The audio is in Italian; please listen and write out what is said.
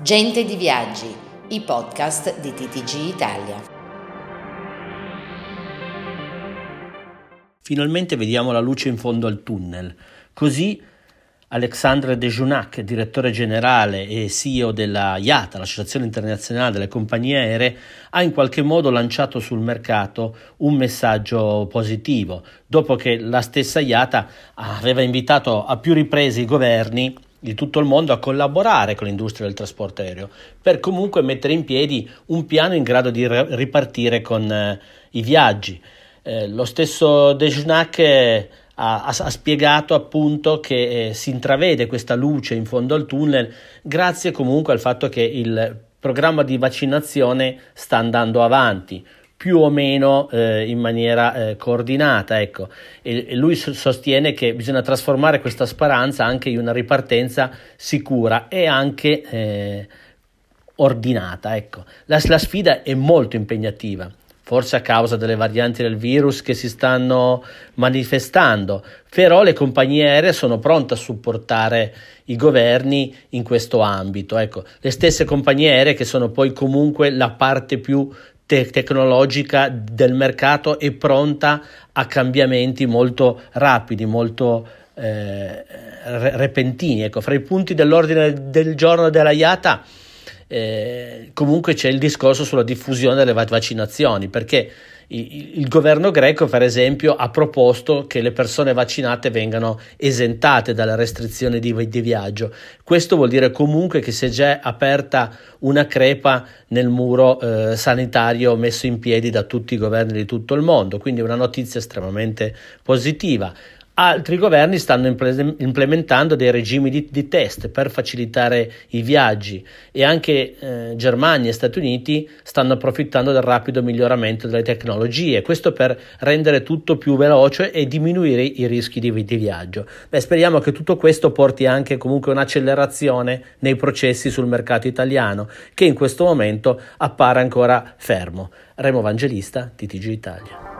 Gente di Viaggi, i podcast di TTG Italia. Finalmente vediamo la luce in fondo al tunnel. Così Alexandre Dejunac, direttore generale e CEO della IATA, l'Associazione Internazionale delle Compagnie Aeree, ha in qualche modo lanciato sul mercato un messaggio positivo, dopo che la stessa IATA aveva invitato a più riprese i governi di tutto il mondo a collaborare con l'industria del trasporto aereo per comunque mettere in piedi un piano in grado di ripartire con i viaggi. Lo stesso Dejunac ha spiegato appunto che si intravede questa luce in fondo al tunnel grazie comunque al fatto che il programma di vaccinazione sta andando avanti più o meno in maniera coordinata, ecco. E lui sostiene che bisogna trasformare questa speranza anche in una ripartenza sicura e anche ordinata, ecco. La sfida è molto impegnativa, forse a causa delle varianti del virus che si stanno manifestando, però le compagnie aeree sono pronte a supportare i governi in questo ambito, ecco. Le stesse compagnie aeree che sono poi comunque la parte più tecnologica del mercato e pronta a cambiamenti molto rapidi, molto repentini. Ecco, fra i punti dell'ordine del giorno della IATA comunque c'è il discorso sulla diffusione delle vaccinazioni, perché il governo greco, per esempio, ha proposto che le persone vaccinate vengano esentate dalle restrizioni di viaggio. Questo vuol dire comunque che si è già aperta una crepa nel muro sanitario messo in piedi da tutti i governi di tutto il mondo, quindi una notizia estremamente positiva. Altri governi stanno implementando dei regimi di test per facilitare i viaggi e anche Germania e Stati Uniti stanno approfittando del rapido miglioramento delle tecnologie, questo per rendere tutto più veloce e diminuire i rischi di viaggio. Speriamo che tutto questo porti anche comunque un'accelerazione nei processi sul mercato italiano, che in questo momento appare ancora fermo. Remo Vangelista, TTG Italia.